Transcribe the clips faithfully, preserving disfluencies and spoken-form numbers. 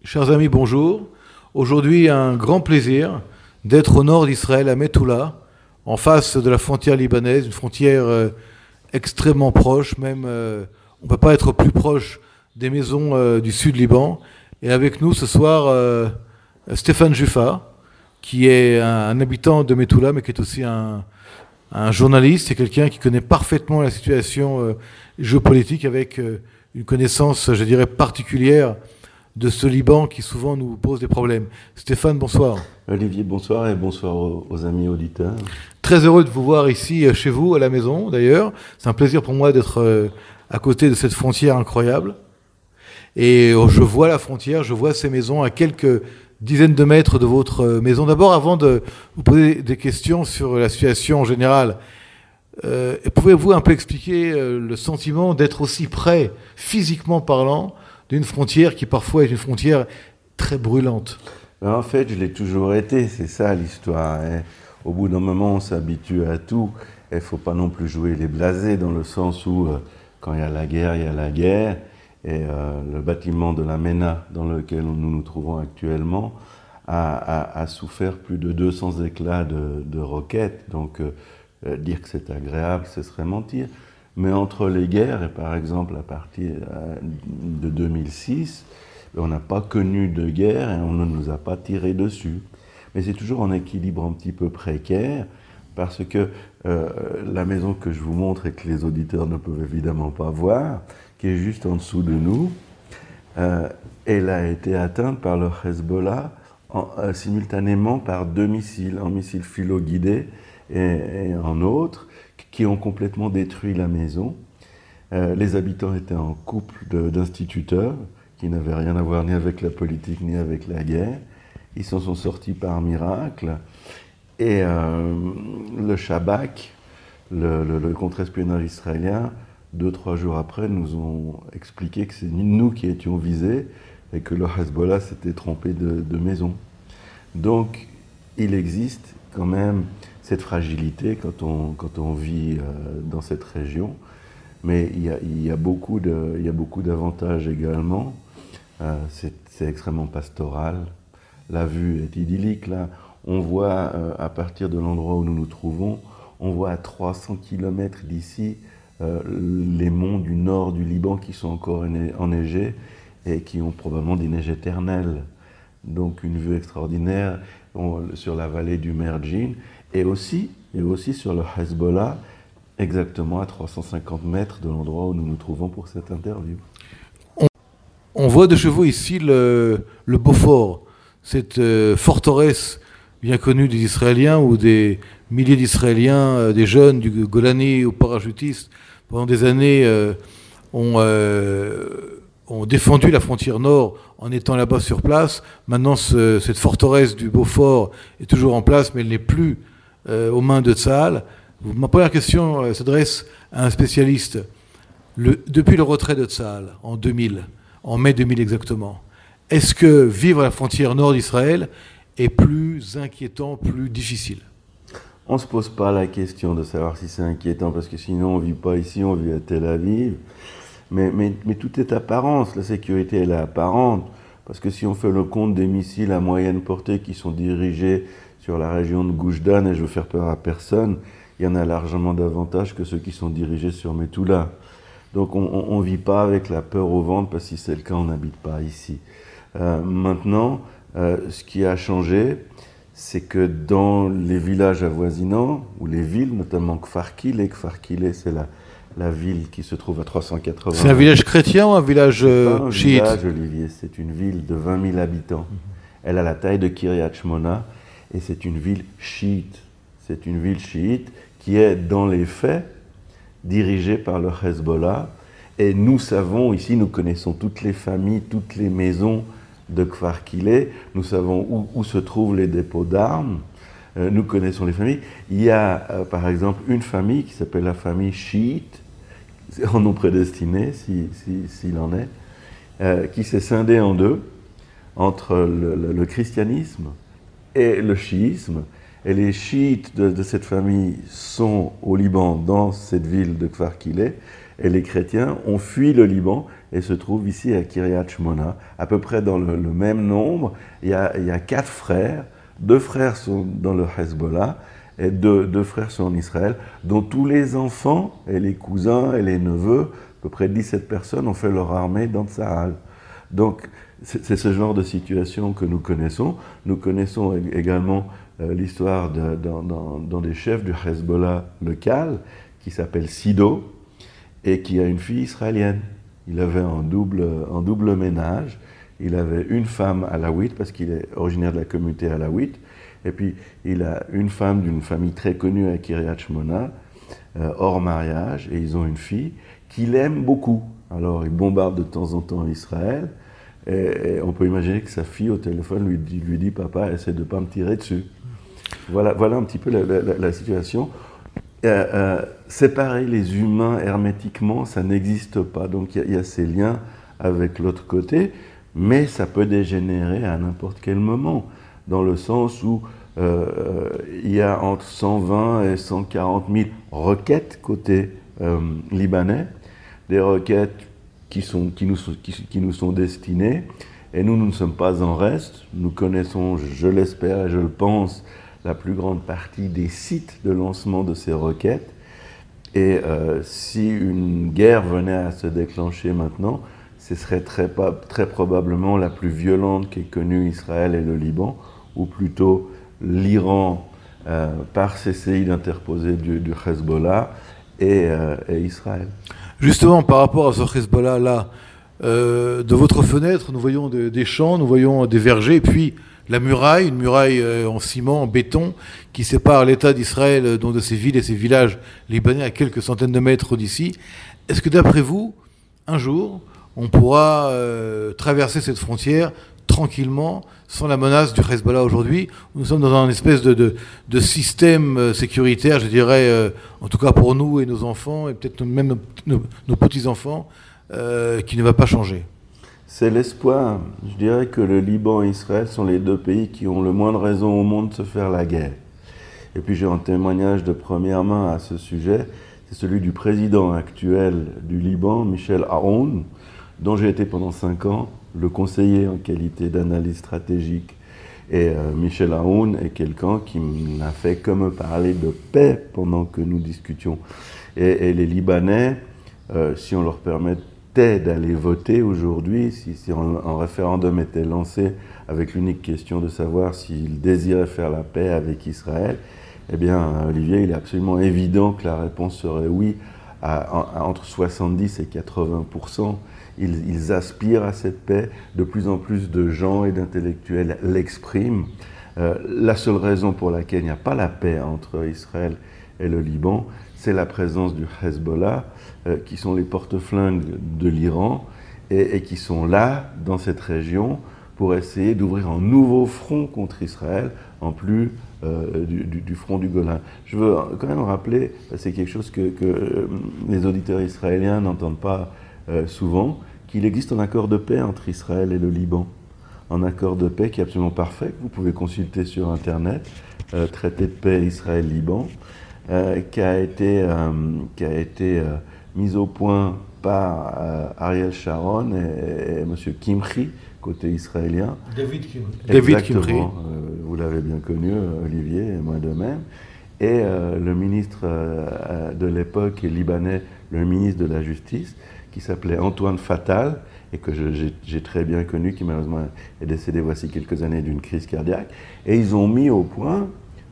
Chers amis, bonjour. Aujourd'hui, un grand plaisir d'être au nord d'Israël, à Metula, en face de la frontière libanaise, une frontière euh, extrêmement proche, même euh, on ne peut pas être plus proche des maisons euh, du sud Liban. Et avec nous ce soir, euh, Stéphane Juffa, qui est un, un habitant de Metula, mais qui est aussi un, un journaliste et quelqu'un qui connaît parfaitement la situation euh, géopolitique avec euh, une connaissance, je dirais, particulière de ce Liban qui souvent nous pose des problèmes. Stéphane, bonsoir. Olivier, bonsoir et bonsoir aux, aux amis auditeurs. Très heureux de vous voir ici chez vous, à la maison d'ailleurs. C'est un plaisir pour moi d'être à côté de cette frontière incroyable. Et je vois la frontière, je vois ces maisons à quelques dizaines de mètres de votre maison. D'abord, avant de vous poser des questions sur la situation en général, euh, pouvez-vous un peu expliquer le sentiment d'être aussi près, physiquement parlant, d'une frontière qui parfois est une frontière très brûlante? En fait, je l'ai toujours été, c'est ça l'histoire. Hein. Au bout d'un moment, on s'habitue à tout. Il ne faut pas non plus jouer les blasés, dans le sens où, euh, quand il y a la guerre, il y a la guerre. Et euh, le bâtiment de la MENA, dans lequel nous nous trouvons actuellement, a, a, a souffert plus de deux cents éclats de, de roquettes. Donc, euh, dire que c'est agréable, ce serait mentir. Mais entre les guerres, et par exemple à partir de deux mille six, on n'a pas connu de guerre et on ne nous a pas tiré dessus. Mais c'est toujours un équilibre un petit peu précaire, parce que euh, la maison que je vous montre et que les auditeurs ne peuvent évidemment pas voir, qui est juste en dessous de nous, euh, elle a été atteinte par le Hezbollah en, euh, simultanément par deux missiles, un missile philo-guidé et, et un autre, qui ont complètement détruit la maison. Euh, les habitants étaient en couple de, d'instituteurs qui n'avaient rien à voir ni avec la politique ni avec la guerre. Ils s'en sont sortis par miracle. Et euh, le Shabak, le, le, le contre-espionnage israélien, deux, trois jours après, nous ont expliqué que c'est nous qui étions visés et que le Hezbollah s'était trompé de, de maison. Donc, il existe quand même cette fragilité quand on, quand on vit euh, dans cette région. Mais il y a, il y a beaucoup de, il y a beaucoup d'avantages également. Euh, c'est, c'est extrêmement pastoral. La vue est idyllique. Là, on voit, euh, à partir de l'endroit où nous nous trouvons, on voit à trois cents kilomètres d'ici euh, les monts du nord du Liban qui sont encore enneigés et qui ont probablement des neiges éternelles. Donc une vue extraordinaire on, sur la vallée du Merjin. Et aussi, et aussi sur le Hezbollah, exactement à trois cent cinquante mètres de l'endroit où nous nous trouvons pour cette interview. On, on voit de chez vous ici le, le Beaufort, cette euh, forteresse bien connue des Israéliens, où des milliers d'Israéliens, euh, des jeunes du Golani ou parachutistes, pendant des années euh, ont, euh, ont défendu la frontière nord en étant là-bas sur place. Maintenant, ce, cette forteresse du Beaufort est toujours en place, mais elle n'est plus Euh, aux mains de Tsahal. Ma première question euh, s'adresse à un spécialiste. Le, depuis le retrait de Tsahal en deux mille, en mai deux mille exactement, est-ce que vivre à la frontière nord d'Israël est plus inquiétant, plus difficile? On ne se pose pas la question de savoir si c'est inquiétant, parce que sinon on ne vit pas ici, on vit à Tel Aviv. Mais, mais, mais tout est apparence, la sécurité elle est apparente, parce que si on fait le compte des missiles à moyenne portée qui sont dirigés sur la région de Gush Dan, et je veux faire peur à personne, il y en a largement davantage que ceux qui sont dirigés sur Metula. Donc on ne vit pas avec la peur au ventre, parce que si c'est le cas, on n'habite pas ici. Euh, maintenant, euh, ce qui a changé, c'est que dans les villages avoisinants, ou les villes, notamment Kfar Kile, Kfar Kile, c'est la, la ville qui se trouve à trois cent quatre-vingts... C'est un village chrétien ou un village euh, chiite? C'est un village, Olivier, c'est une ville de vingt mille habitants. Mm-hmm. Elle a la taille de Kiryat Shmona, et c'est une ville chiite. C'est une ville chiite qui est, dans les faits, dirigée par le Hezbollah. Et nous savons, ici, nous connaissons toutes les familles, toutes les maisons de Kfar Kile. Nous savons où, où se trouvent les dépôts d'armes. Euh, nous connaissons les familles. Il y a, euh, par exemple, une famille qui s'appelle la famille chiite, c'est un nom prédestiné, si, si, s'il en est, euh, qui s'est scindée en deux, entre le, le, le christianisme et le chiisme. Et les chiites de, de cette famille sont au Liban, dans cette ville de Kfar Kile, et les chrétiens ont fui le Liban et se trouve ici à Kiryat Shmona, à peu près dans le, le même nombre. Il y, a, il y a quatre frères, deux frères sont dans le Hezbollah et deux, deux frères sont en Israël, dont tous les enfants et les cousins et les neveux, à peu près dix-sept personnes, ont fait leur armée dans Tsahal. Donc c'est, c'est ce genre de situation que nous connaissons. Nous connaissons également euh, l'histoire de, dans, dans, dans des chefs du Hezbollah local qui s'appelle Sido et qui a une fille israélienne. Il avait un double, un double ménage. Il avait une femme alawite parce qu'il est originaire de la communauté alawite. Et puis il a une femme d'une famille très connue à Kiryat Shmona, euh, hors mariage, et ils ont une fille qu'il aime beaucoup. Alors il bombarde de temps en temps Israël. Et, et on peut imaginer que sa fille au téléphone lui dit, lui dit papa, essaie de ne pas me tirer dessus. Voilà, voilà un petit peu la, la, la situation. Euh, euh, séparer les humains hermétiquement, ça n'existe pas. Donc il y, y a ces liens avec l'autre côté, mais ça peut dégénérer à n'importe quel moment, dans le sens où euh, il y a entre cent vingt et cent quarante mille requêtes côté euh, libanais, des requêtes qui, sont, qui, nous, qui, qui nous sont destinées, et nous, nous ne sommes pas en reste. Nous connaissons, je l'espère et je le pense, la plus grande partie des sites de lancement de ces requêtes. Et euh, si une guerre venait à se déclencher maintenant, ce serait très, très probablement la plus violente qu'ait connue Israël et le Liban, ou plutôt l'Iran, euh, par cesser d'interposer du, du Hezbollah, et, euh, et Israël. Justement, par rapport à ce Hezbollah-là, euh, de votre fenêtre, nous voyons de, des champs, nous voyons des vergers, et puis la muraille, une muraille euh, en ciment, en béton, qui sépare l'État d'Israël euh, donc de ses villes et ses villages libanais à quelques centaines de mètres d'ici. Est-ce que d'après vous, un jour, on pourra euh, traverser cette frontière tranquillement, sans la menace du Hezbollah aujourd'hui? Nous sommes dans un espèce de, de, de système euh, sécuritaire, je dirais, euh, en tout cas pour nous et nos enfants, et peut-être même nos, nos, nos petits-enfants, euh, qui ne va pas changer. C'est l'espoir. Je dirais que le Liban et Israël sont les deux pays qui ont le moins de raisons au monde de se faire la guerre. Et puis j'ai un témoignage de première main à ce sujet, c'est celui du président actuel du Liban, Michel Aoun, dont j'ai été pendant cinq ans le conseiller en qualité d'analyse stratégique. Et euh, Michel Aoun est quelqu'un qui n'a fait que me parler de paix pendant que nous discutions. Et, et les Libanais, euh, si on leur permet d'aller voter aujourd'hui, si, si un, un référendum était lancé avec l'unique question de savoir s'ils désiraient faire la paix avec Israël, eh bien, Olivier, il est absolument évident que la réponse serait oui, à, à, à entre soixante-dix et quatre-vingts pour cent. Ils, ils aspirent à cette paix, de plus en plus de gens et d'intellectuels l'expriment. Euh, la seule raison pour laquelle il n'y a pas la paix entre Israël et le Liban, c'est la présence du Hezbollah, euh, qui sont les porte-flingues de l'Iran, et, et qui sont là, dans cette région, pour essayer d'ouvrir un nouveau front contre Israël, en plus euh, du, du, du front du Golan. Je veux quand même rappeler, c'est quelque chose que, que euh, les auditeurs israéliens n'entendent pas euh, souvent, qu'il existe un accord de paix entre Israël et le Liban. Un accord de paix qui est absolument parfait, que vous pouvez consulter sur Internet, euh, traité de paix Israël-Liban, euh, qui a été, euh, qui a été euh, mis au point par euh, Ariel Sharon et, et M. Kimchi, côté israélien. David Kimchi. David Kimchi. Euh, vous l'avez bien connu, Olivier, et moi de même. Et euh, le ministre euh, de l'époque libanais, le ministre de la Justice, qui s'appelait Antoine Fatal, et que je, j'ai, j'ai très bien connu, qui malheureusement est décédé voici quelques années d'une crise cardiaque. Et ils ont mis au point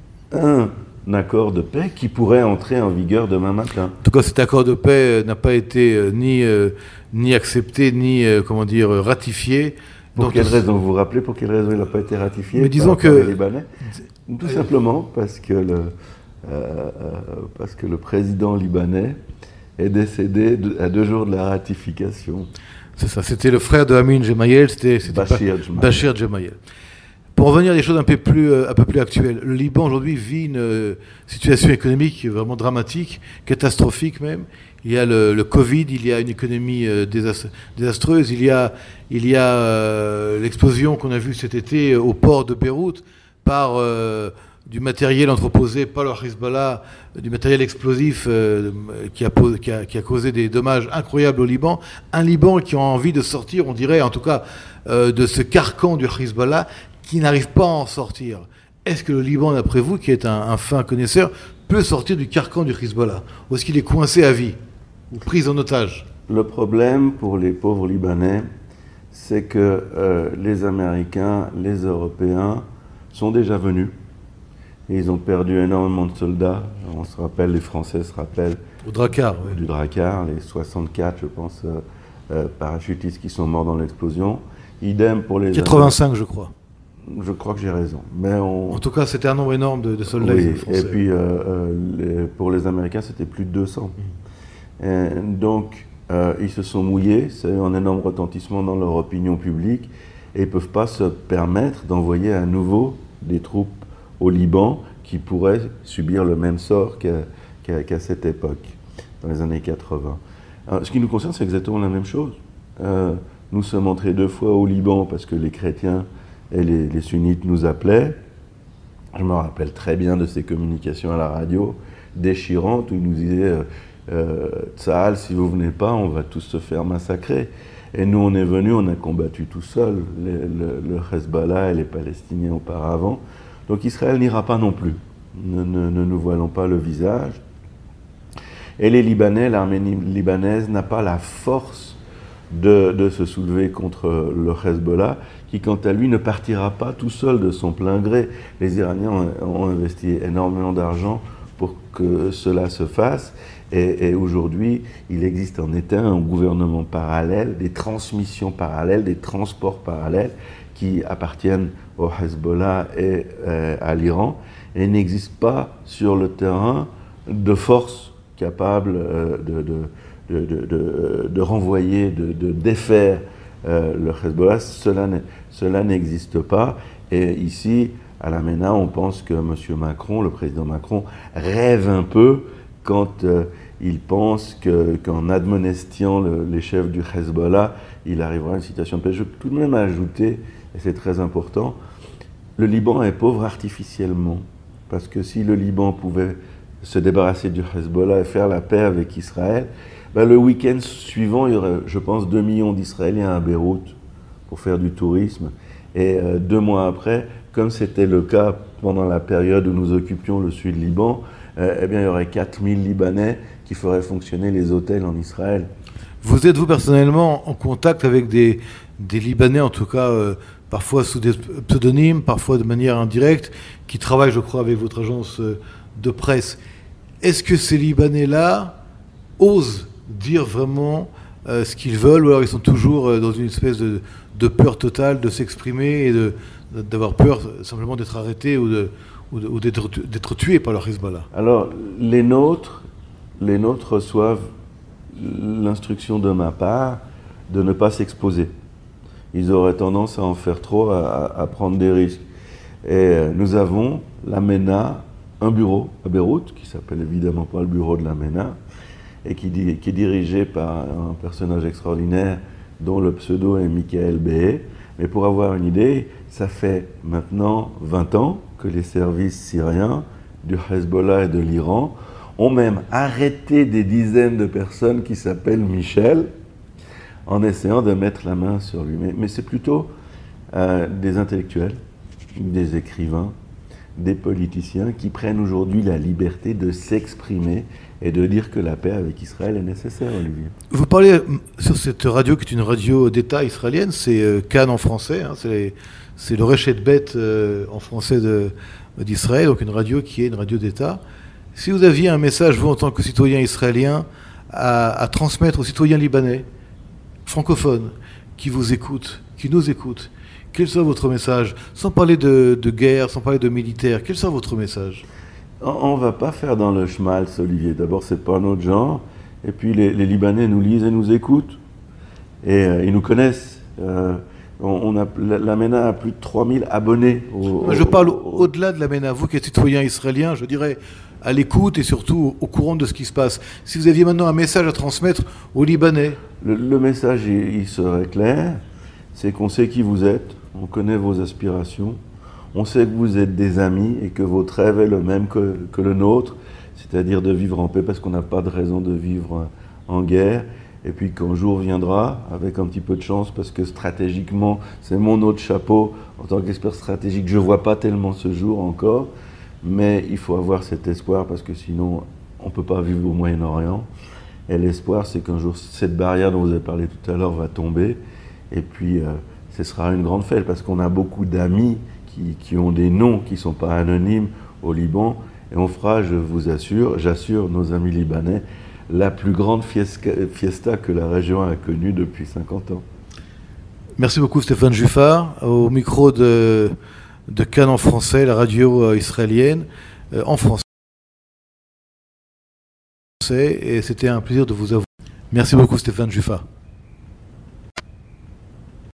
un accord de paix qui pourrait entrer en vigueur demain matin. En tout cas, cet accord de paix n'a pas été euh, ni, euh, ni accepté, ni euh, comment dire, ratifié. Pour Donc, quelle raison? Vous vous rappelez pour quelle raison il n'a pas été ratifié mais disons par, que, par les Libanais? Tout simplement parce que, le, euh, parce que le président libanais est décédé de, à deux jours de la ratification. C'est ça, c'était le frère de Amin Gemayel, c'était, c'était Bachir ba- Gemayel. Bachir Gemayel. Pour revenir à des choses un peu plus, euh, un peu plus actuelles, le Liban aujourd'hui vit une euh, situation économique vraiment dramatique, catastrophique même. Il y a le, le Covid, il y a une économie euh, désastre, désastreuse, il y a, il y a euh, l'explosion qu'on a vue cet été au port de Beyrouth par euh, du matériel entreposé par le Hezbollah, du matériel explosif euh, qui, a, qui, a, qui a causé des dommages incroyables au Liban. Un Liban qui a envie de sortir, on dirait en tout cas, euh, de ce carcan du Hezbollah, qui n'arrive pas à en sortir. Est-ce que le Liban, d'après vous, qui est un, un fin connaisseur, peut sortir du carcan du Hezbollah? Ou est-ce qu'il est coincé à vie ou pris en otage? Le problème pour les pauvres Libanais, c'est que euh, les Américains, les Européens sont déjà venus. Et ils ont perdu énormément de soldats. On se rappelle, les Français se rappellent Au Drakkar, oui. du Drakkar, les soixante-quatre, je pense, euh, euh, parachutistes qui sont morts dans l'explosion. Idem pour les... quatre-vingt-cinq, je crois. Je crois que j'ai raison. Mais on... En tout cas, c'était un nombre énorme de, de soldats oui, français. Et puis, euh, euh, les, pour les Américains, c'était plus de deux cents. Mmh. Et donc, euh, ils se sont mouillés. Ça a eu un énorme retentissement dans leur opinion publique. Et ils ne peuvent pas se permettre d'envoyer à nouveau des troupes au Liban qui pourraient subir le même sort qu'à, qu'à, qu'à cette époque, dans les années quatre-vingts. Alors, ce qui nous concerne, c'est exactement la même chose. Euh, nous sommes entrés deux fois au Liban parce que les chrétiens et les, les sunnites nous appelaient. Je me rappelle très bien de ces communications à la radio, déchirantes, où ils nous disaient euh, euh, « Tsahal, si vous ne venez pas, on va tous se faire massacrer ». Et nous, on est venus, on a combattu tout seul, les, le, le Hezbollah et les Palestiniens auparavant. Donc Israël n'ira pas non plus. Ne, ne, ne nous voilons pas le visage. Et les Libanais, l'armée libanaise n'a pas la force de, de se soulever contre le Hezbollah, qui quant à lui ne partira pas tout seul de son plein gré. Les Iraniens ont, ont investi énormément d'argent pour que cela se fasse. Et, et aujourd'hui, il existe en État un gouvernement parallèle, des transmissions parallèles, des transports parallèles qui appartiennent au Hezbollah et euh, à l'Iran, et il n'existe pas sur le terrain de force capable euh, de, de, de, de, de renvoyer, de, de défaire euh, le Hezbollah. Cela, cela n'existe pas. Et ici, à la MENA, on pense que M. Macron, le président Macron, rêve un peu quand euh, il pense que, qu'en admonestiant le, les chefs du Hezbollah, il arrivera à une situation de paix. Je peux tout de même ajouter, et c'est très important, le Liban est pauvre artificiellement. Parce que si le Liban pouvait se débarrasser du Hezbollah et faire la paix avec Israël, ben le week-end suivant, il y aurait, je pense, deux millions d'Israéliens à Beyrouth pour faire du tourisme. Et euh, deux mois après, comme c'était le cas pendant la période où nous occupions le sud Liban, euh, eh bien, il y aurait quatre mille Libanais qui feraient fonctionner les hôtels en Israël. Vous êtes, vous, personnellement, en contact avec des, des Libanais, en tout cas, euh, parfois sous des pseudonymes, parfois de manière indirecte, qui travaillent, je crois, avec votre agence euh, de presse. Est-ce que ces Libanais-là osent dire vraiment euh, ce qu'ils veulent, ou alors ils sont toujours euh, dans une espèce de, de peur totale de s'exprimer et de, d'avoir peur simplement d'être arrêtés ou, de, ou, de, ou d'être, d'être tués par le Hezbollah? Alors, les nôtres, les nôtres reçoivent l'instruction de ma part de ne pas s'exposer. Ils auraient tendance à en faire trop, à, à prendre des risques. Et euh, nous avons, la MENA, un bureau à Beyrouth, qui s'appelle évidemment pas le bureau de la MENA, et qui, qui est dirigé par un personnage extraordinaire dont le pseudo est Michael Behé. Mais pour avoir une idée, ça fait maintenant vingt ans que les services syriens du Hezbollah et de l'Iran ont même arrêté des dizaines de personnes qui s'appellent Michel, en essayant de mettre la main sur lui. Mais, mais c'est plutôt euh, des intellectuels, des écrivains, des politiciens qui prennent aujourd'hui la liberté de s'exprimer et de dire que la paix avec Israël est nécessaire, Olivier. Vous parlez sur cette radio qui est une radio d'État israélienne, c'est euh, Cannes en français, hein, c'est, les, c'est le Rechet Bet euh, en français de, d'Israël, donc une radio qui est une radio d'État. Si vous aviez un message, vous en tant que citoyen israélien, à, à transmettre aux citoyens libanais, francophones, qui vous écoutent, qui nous écoutent, quel sera votre message? Sans parler de, de guerre, sans parler de militaire, quel sera votre message? On ne va pas faire dans le schmaltz, Olivier. D'abord, ce n'est pas notre genre. Et puis, les, les Libanais nous lisent et nous écoutent. Et euh, ils nous connaissent. Euh, on, on a, la, la MENA a plus de trois mille abonnés. Au, je parle au, au, au-delà de la MENA. Vous qui êtes citoyen israélien, je dirais à l'écoute et surtout au courant de ce qui se passe. Si vous aviez maintenant un message à transmettre aux Libanais. Le, le message, il, il serait clair. C'est qu'on sait qui vous êtes. On connaît vos aspirations. On sait que vous êtes des amis et que votre rêve est le même que, que le nôtre, c'est-à-dire de vivre en paix parce qu'on n'a pas de raison de vivre en guerre. Et puis qu'un jour viendra, avec un petit peu de chance, parce que stratégiquement, c'est mon autre chapeau, en tant qu'expert stratégique, je ne vois pas tellement ce jour encore, mais il faut avoir cet espoir, parce que sinon, on ne peut pas vivre au Moyen-Orient. Et l'espoir, c'est qu'un jour, cette barrière dont vous avez parlé tout à l'heure va tomber, et puis euh, ce sera une grande fête, parce qu'on a beaucoup d'amis qui, qui ont des noms qui ne sont pas anonymes au Liban, et on fera, je vous assure, j'assure nos amis libanais, la plus grande fiesta que la région a connue depuis cinquante ans. Merci beaucoup Stéphane Juffard, au micro de, de Cannes en français, la radio israélienne, euh, en français. Et c'était un plaisir de vous avoir. Merci beaucoup Stéphane Juffard.